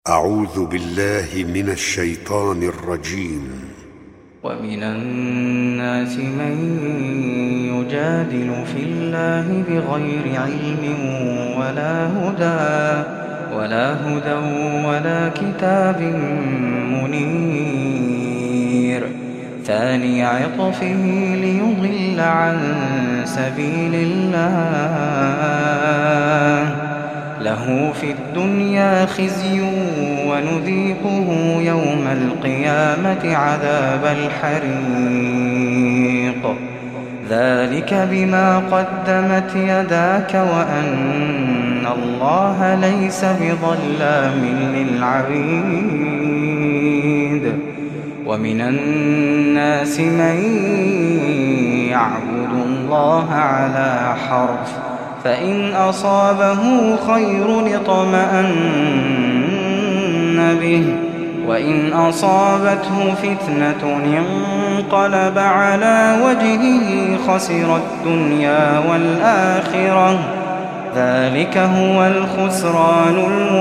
أعوذ بالله من الشيطان الرجيم. ومن الناس من يجادل في الله بغير علم ولا هدى ولا كتاب منير ثاني عطفه ليضل عن سبيل الله له في الدنيا خزي ونذيقه يوم القيامة عذاب الحريق ذلك بما قدمت يداك وأن الله ليس بظلام للعبيد. ومن الناس من يعبد الله على حرف فإن أصابه خير اطمأن به وإن أصابته فتنة انقلب على وجهه خسر الدنيا والآخرة ذلك هو الخسران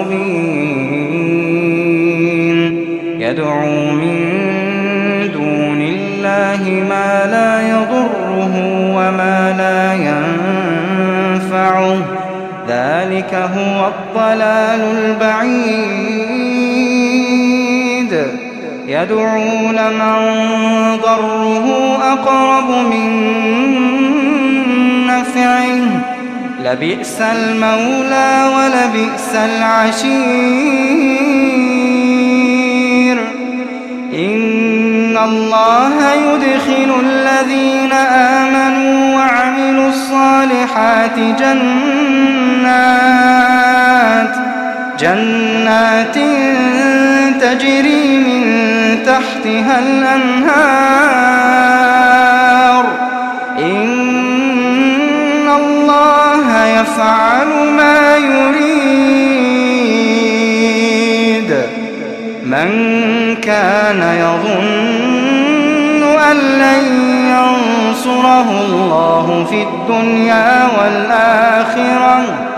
المبين. يدعو من دون الله ما لا يضره وما لا ينفعه ذلك هو الضلال البعيد. يدعو لمن ضره أقرب من نفعه لبئس المولى ولبئس العشير. إن الله يدخل الذين آمنوا وعملوا الصالحات جنات تجري من تحتها الأنهار إن الله يفعل ما يريد. من كان يظن أن لن ينصره الله في الدنيا والآخرة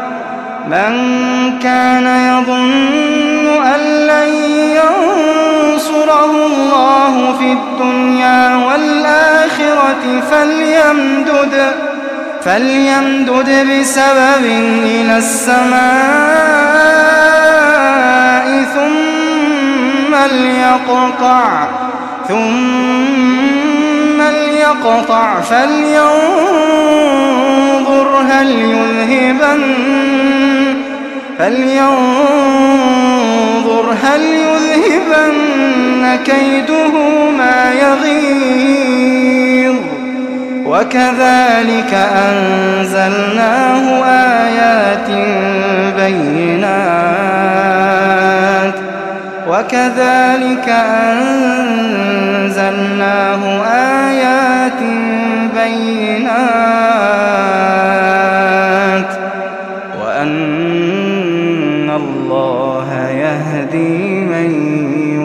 فليمدد بسبب إلى السماء ثم ليقطع فلينظر هل يذهبن كيده ما يغيظ. وكذلك أنزلناه آيات بينات وأن الله يهدي من